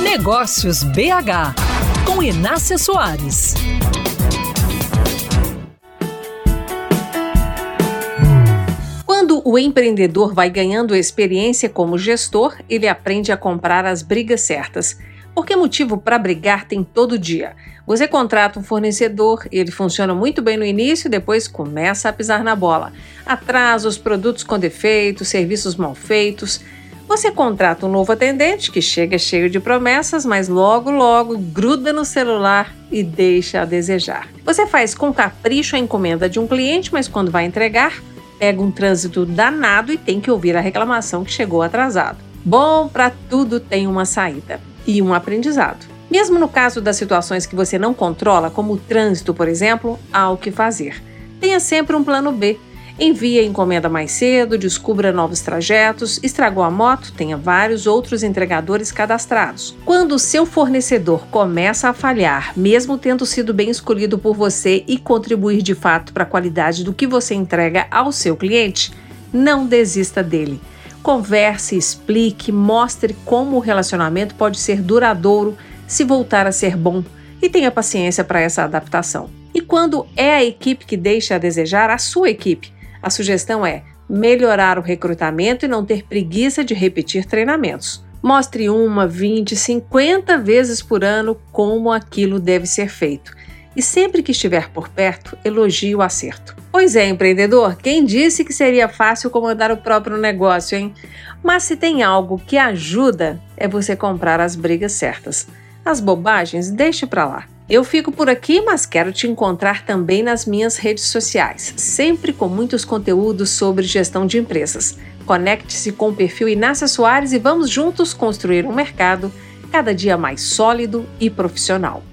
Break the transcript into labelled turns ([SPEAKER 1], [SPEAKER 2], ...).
[SPEAKER 1] Negócios BH, com Inácia Soares.
[SPEAKER 2] Quando o empreendedor vai ganhando experiência como gestor, ele aprende a comprar as brigas certas. Porque motivo para brigar tem todo dia. Você contrata um fornecedor, ele funciona muito bem no início e depois começa a pisar na bola. Atrasa os produtos com defeitos, serviços mal feitos. Você contrata um novo atendente que chega cheio de promessas, mas logo gruda no celular e deixa a desejar. Você faz com capricho a encomenda de um cliente, mas quando vai entregar, pega um trânsito danado e tem que ouvir a reclamação que chegou atrasado. Bom, para tudo tem uma saída e um aprendizado. Mesmo no caso das situações que você não controla, como o trânsito, por exemplo, há o que fazer. Tenha sempre um plano B. Envie a encomenda mais cedo, descubra novos trajetos, estragou a moto, tenha vários outros entregadores cadastrados. Quando o seu fornecedor começa a falhar, mesmo tendo sido bem escolhido por você e contribuir de fato para a qualidade do que você entrega ao seu cliente, não desista dele. Converse, explique, mostre como o relacionamento pode ser duradouro se voltar a ser bom e tenha paciência para essa adaptação. E quando é a equipe que deixa a desejar, a sua equipe, a sugestão é melhorar o recrutamento e não ter preguiça de repetir treinamentos. Mostre 1, 20, 50 vezes por ano como aquilo deve ser feito. E sempre que estiver por perto, elogie o acerto. Pois é, empreendedor, quem disse que seria fácil comandar o próprio negócio, hein? Mas se tem algo que ajuda, é você comprar as brigas certas. As bobagens, deixe pra lá. Eu fico por aqui, mas quero te encontrar também nas minhas redes sociais, sempre com muitos conteúdos sobre gestão de empresas. Conecte-se com o perfil Inácia Soares e vamos juntos construir um mercado cada dia mais sólido e profissional.